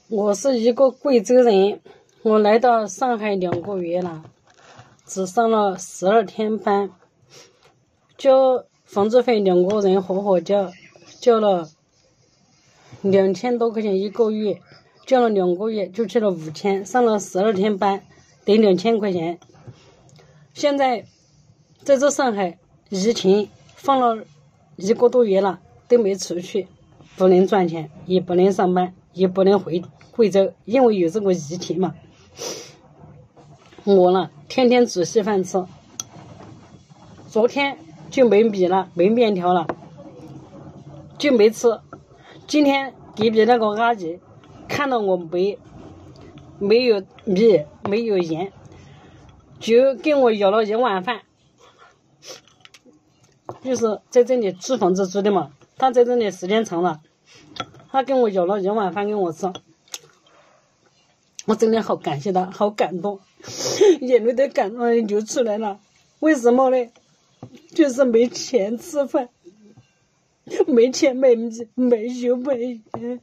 我是一个贵州人，我来到上海2个月了，只上了12天班，交房租费2个人合伙交了2000多块钱一个月，交了2个月就去了5天，上了12天班得2000块钱。现在在这上海疫情放了1个多月了，都没出去，不能赚钱，也不能上班，也不能回贵州，因为有这个疫情嘛。我呢天天煮稀饭吃，昨天就没米了，没面条了，就没吃。今天隔壁那个阿姨看到我没有米没有盐，就跟我要了1碗饭，就是在这里租房子租的嘛，他在这里时间长了，他跟我要了1碗饭给我吃，我真的好感谢他，好感动，眼泪都感动流出来了。为什么呢？就是没钱吃饭，没钱买米，没油买盐。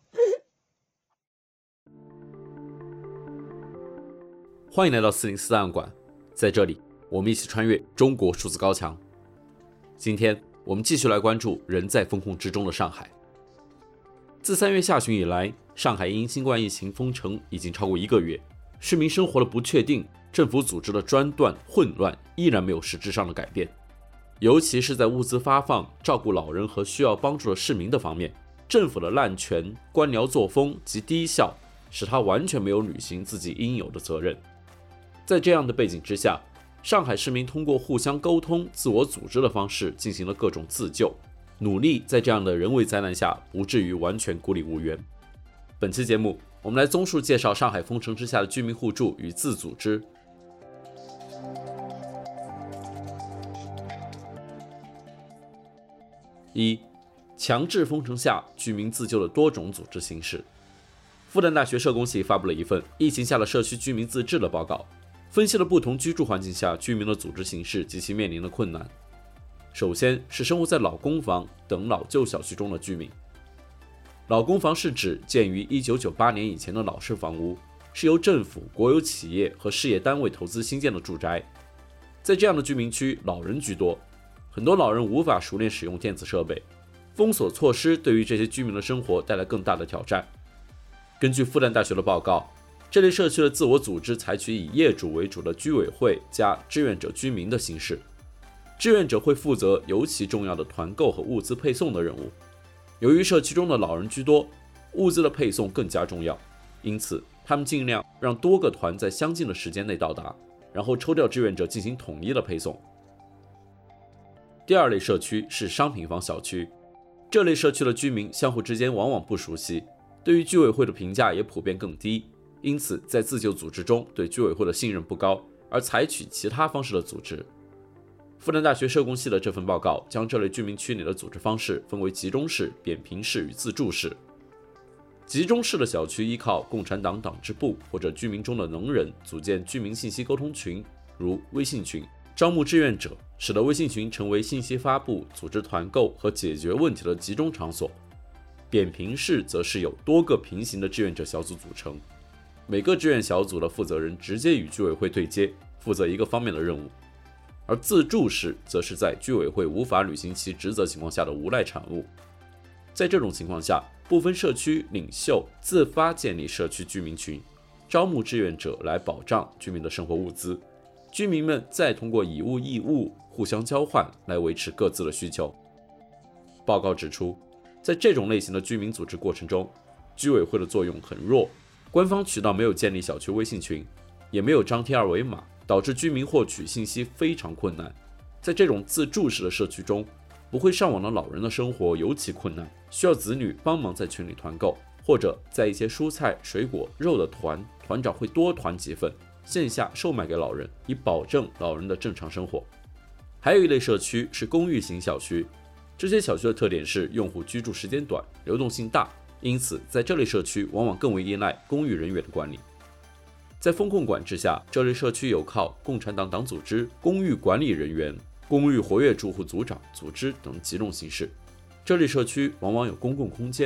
欢迎来到404档案馆，在这里我们一起穿越中国数字高墙。今天我们继续来关注人在风控之中的上海。自3月下旬以来，上海因新冠疫情封城已经超过1个月，市民生活的不确定，政府组织的专断混乱依然没有实质上的改变。尤其是在物资发放、照顾老人和需要帮助的市民的方面，政府的滥权、官僚作风及低效，使他完全没有履行自己应有的责任。在这样的背景之下，上海市民通过互相沟通、自我组织的方式进行了各种自救，努力在这样的人为灾难下不至于完全孤立无援。本期节目，我们来综述介绍上海封城之下的居民互助与自组织。1. 强制封城下居民自救的多种组织形式。复旦大学社工系发布了一份疫情下的社区居民自治的报告，分析了不同居住环境下居民的组织形式及其面临的困难。首先是生活在老公房等老旧小区中的居民。老公房是指建于1998年以前的老式房屋，是由政府、国有企业和事业单位投资兴建的住宅。在这样的居民区，老人居多，很多老人无法熟练使用电子设备，封锁措施对于这些居民的生活带来更大的挑战。根据复旦大学的报告，这类社区的自我组织采取以业主为主的居委会加志愿者居民的形式，志愿者会负责尤其重要的团购和物资配送的任务。由于社区中的老人居多，物资的配送更加重要，因此他们尽量让多个团在相近的时间内到达，然后抽调志愿者进行统一的配送。第二类社区是商品房小区，这类社区的居民相互之间往往不熟悉，对于居委会的评价也普遍更低，因此在自救组织中对居委会的信任不高，而采取其他方式的组织。复旦大学社工系的这份报告将这类居民区里的组织方式分为集中式、扁平式与自助式。集中式的小区依靠共产党党支部或者居民中的能人组建居民信息沟通群，如微信群，招募志愿者，使得微信群成为信息发布、组织团购和解决问题的集中场所。扁平式则是由多个平行的志愿者小组组成，每个志愿小组的负责人直接与居委会对接，负责一个方面的任务。而自助式则是在居委会无法履行其职责情况下的无赖产物。在这种情况下，部分社区领袖自发建立社区居民群，招募志愿者来保障居民的生活物资，居民们再通过以物易物互相交换来维持各自的需求。报告指出，在这种类型的居民组织过程中，居委会的作用很弱，官方渠道没有建立小区微信群，也没有张贴二维码，导致居民获取信息非常困难。在这种自助式的社区中，不会上网的老人的生活尤其困难，需要子女帮忙在群里团购，或者在一些蔬菜、水果、肉的团长会多团几份，线下售卖给老人，以保证老人的正常生活。还有一类社区是公寓型小区，这些小区的特点是用户居住时间短，流动性大，因此在这类社区往往更为依赖公寓人员的管理。在风控管制下，这类社区有靠共产党党组织、公寓管理人员、公寓活跃住户组长组织等几种形式。这类社区往往有公共空间，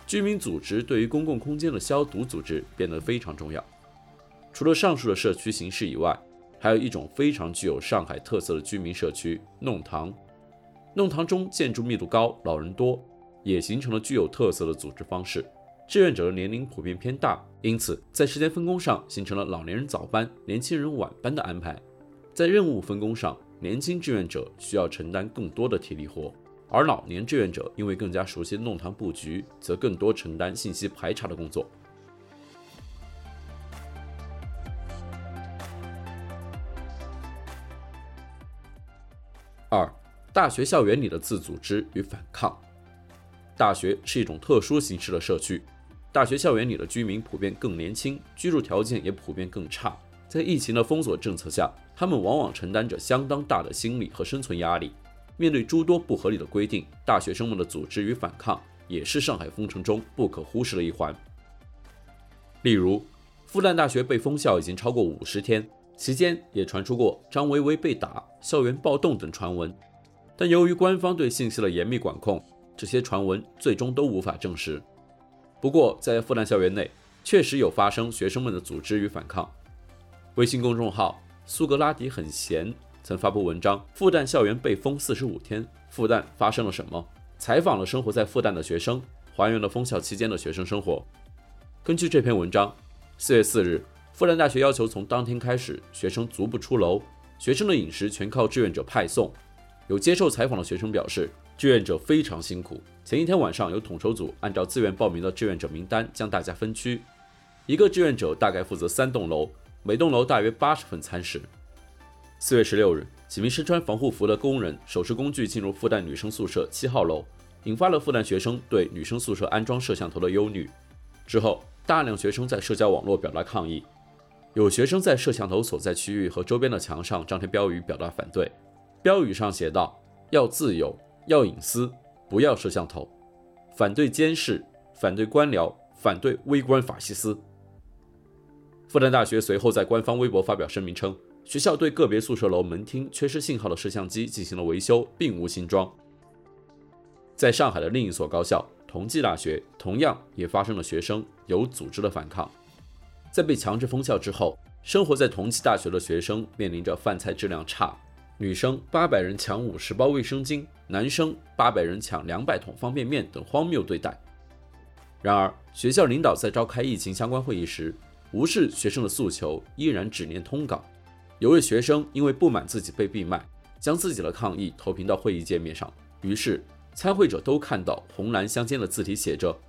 居民组织对于公共空间的消毒组织变得非常重要。除了上述的社区形式以外，还有一种非常具有上海特色的居民社区——弄堂。弄堂中建筑密度高，老人多，也形成了具有特色的组织方式。志愿者的年龄普遍偏大，因此在时间分工上形成了老年人早班、年轻人晚班的安排。在任务分工上，年轻志愿者需要承担更多的体力活，而老年志愿者因为更加熟悉弄堂布局，则更多承担信息排查的工作。2. 大学校园里的自组织与反抗。大学是一种特殊形式的社区，大学校园里的居民普遍更年轻，居住条件也普遍更差。在疫情的封锁政策下，他们往往承担着相当大的心理和生存压力。面对诸多不合理的规定，大学生们的组织与反抗也是上海封城中不可忽视的一环。例如，复旦大学被封校已经超过50天，期间也传出过张维为被打、校园暴动等传闻，但由于官方对信息的严密管控，这些传闻最终都无法证实。不过，在复旦校园内，确实有发生学生们的组织与反抗。微信公众号苏格拉底很闲曾发布文章《复旦校园被封45天，复旦发生了什么》，采访了生活在复旦的学生，还原了封校期间的学生生活。根据这篇文章，4月4日，复旦大学要求从当天开始，学生足不出楼，学生的饮食全靠志愿者派送。有接受采访的学生表示，志愿者非常辛苦，前一天晚上有统筹组按照自愿报名的志愿者名单将大家分区，一个志愿者大概负责3栋楼，每栋楼大约80份餐食。4月16日，几名身穿防护服的工人手持工具进入复旦女生宿舍7号楼，引发了复旦学生对女生宿舍安装摄像头的忧虑。之后，大量学生在社交网络表达抗议，有学生在摄像头所在区域和周边的墙上张贴标语表达反对，标语上写道：要自由，要隐私，不要摄像头，反对监视，反对官僚，反对微观法西斯。复旦大学随后在官方微博发表声明称，学校对个别宿舍楼门厅缺失信号的摄像机进行了维修，并无新装。在上海的另一所高校同济大学，同样也发生了学生有组织的反抗。在被强制封校之后，生活在同济大学的学生面临着饭菜质量差，女生800人抢50包卫生巾，男生800人抢200桶方便面等荒谬对待。然而，学校领导在召开疫情相关会议时，无视学生的诉求，依然只念通稿。有位学生因为不满自己被闭麦，将自己的抗议投屏到会议界面上，于是参会者都看到红蓝相间的字体写着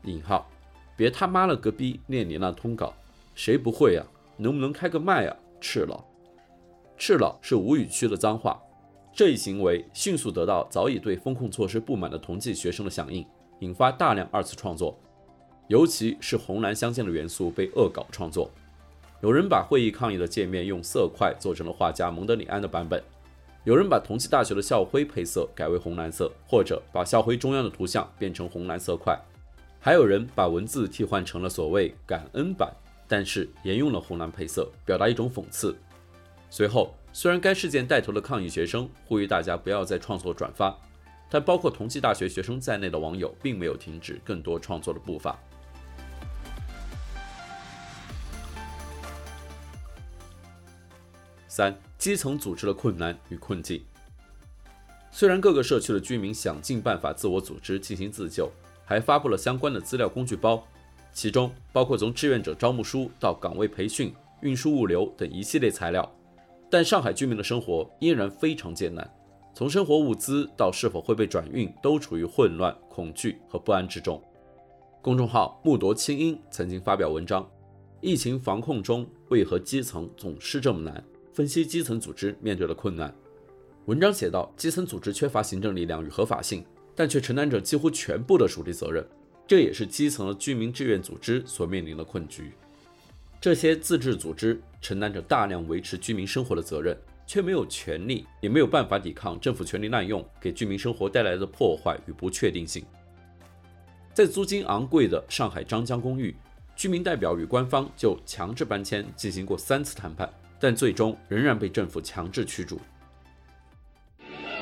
“别他妈了个逼念你那通稿，谁不会啊？能不能开个麦啊？赤佬。”赤佬是吴语区的脏话。这一行为迅速得到早已对风控措施不满的同济学生的响应，引发大量2次创作，尤其是红蓝相间的元素被恶搞创作。有人把会议抗议的界面用色块做成了画家蒙德里安的版本，有人把同济大学的校徽配色改为红蓝色，或者把校徽中央的图像变成红蓝色块，还有人把文字替换成了所谓感恩版，但是沿用了红蓝配色，表达一种讽刺。随后，虽然该事件带头的抗议学生呼吁大家不要再创作转发，但包括同济大学学生在内的网友并没有停止更多创作的步伐。3. 基层组织的困难与困境。虽然各个社区的居民想尽办法自我组织进行自救，还发布了相关的资料工具包，其中包括从志愿者招募书到岗位培训、运输物流等一系列材料，但上海居民的生活依然非常艰难，从生活物资到是否会被转运都处于混乱、恐惧和不安之中。公众号木铎清音曾经发表文章《疫情防控中为何基层总是这么难》，分析基层组织面对的困难。文章写道，基层组织缺乏行政力量与合法性，但却承担着几乎全部的属地责任，这也是基层的居民志愿组织所面临的困局。这些自治组织承担着大量维持居民生活的责任，却没有权利，也没有办法抵抗政府权力滥用给居民生活带来的破坏与不确定性。在租金昂贵的上海张江公寓，居民代表与官方就强制搬迁进行过3次谈判，但最终仍然被政府强制驱逐。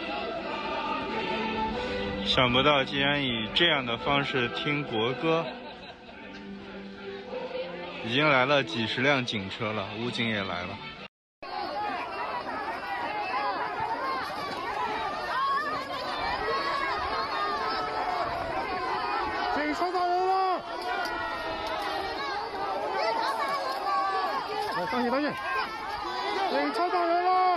想不到竟然以这样的方式听国歌， 已经来了几十辆警车了，武警也来了。警察打人了！哦，当心当心！警察打人了！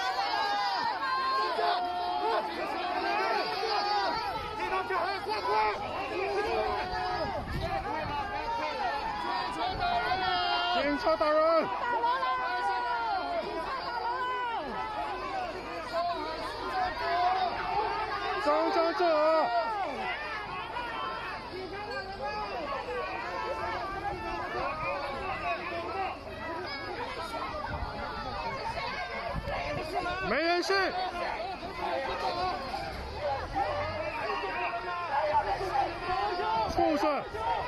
警察打人！张家者！没人性！畜生！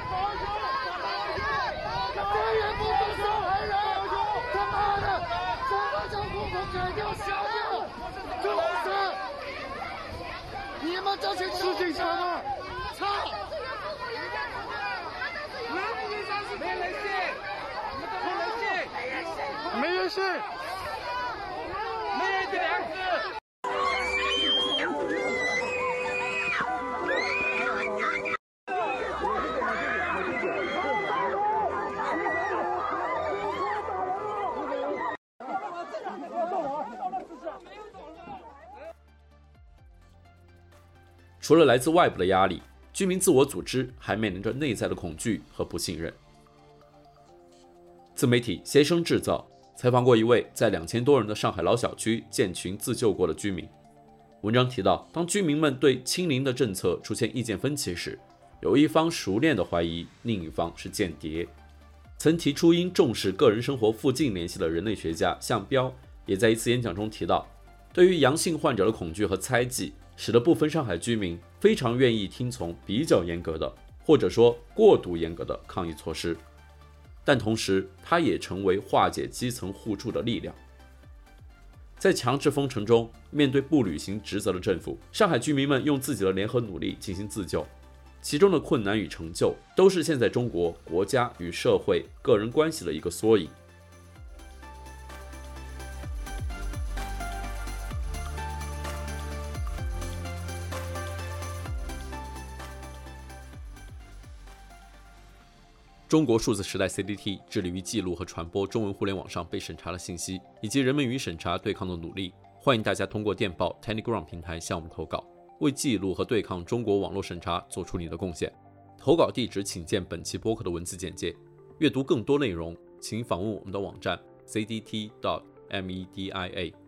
这也不是小孩人，他妈的，怎么叫户口改掉小命？就是你们这些是警察吗？ 操！没人性！ 没人性！ 没人这两个。 除了来自外部的压力，居民自我组织还面临着内在的恐惧和不信任。自媒体协声制造采访过一位在2000多人的上海老小区建群自救过的居民。文章提到，当居民们对清零的政策出现意见分歧时，有一方熟练地怀疑另一方是间谍。曾提出应重视个人生活附近联系的人类学家向彪也在一次演讲中提到，对于阳性患者的恐惧和猜忌，使得部分上海居民非常愿意听从比较严格的，或者说过度严格的抗疫措施。但同时，它也成为化解基层互助的力量。在强制封城中，面对不履行职责的政府，上海居民们用自己的联合努力进行自救，其中的困难与成就，都是现在中国国家与社会个人关系的一个缩影。中国数字时代 CDT 致力于记录和传播中文互联网上被审查的信息，以及人们与审查对抗的努力。欢迎大家通过电报 Telegram 平台向我们投稿，为记录和对抗中国网络审查做出你的贡献。投稿地址请见本期播客的文字简介。阅读更多内容，请访问我们的网站 cdt.media。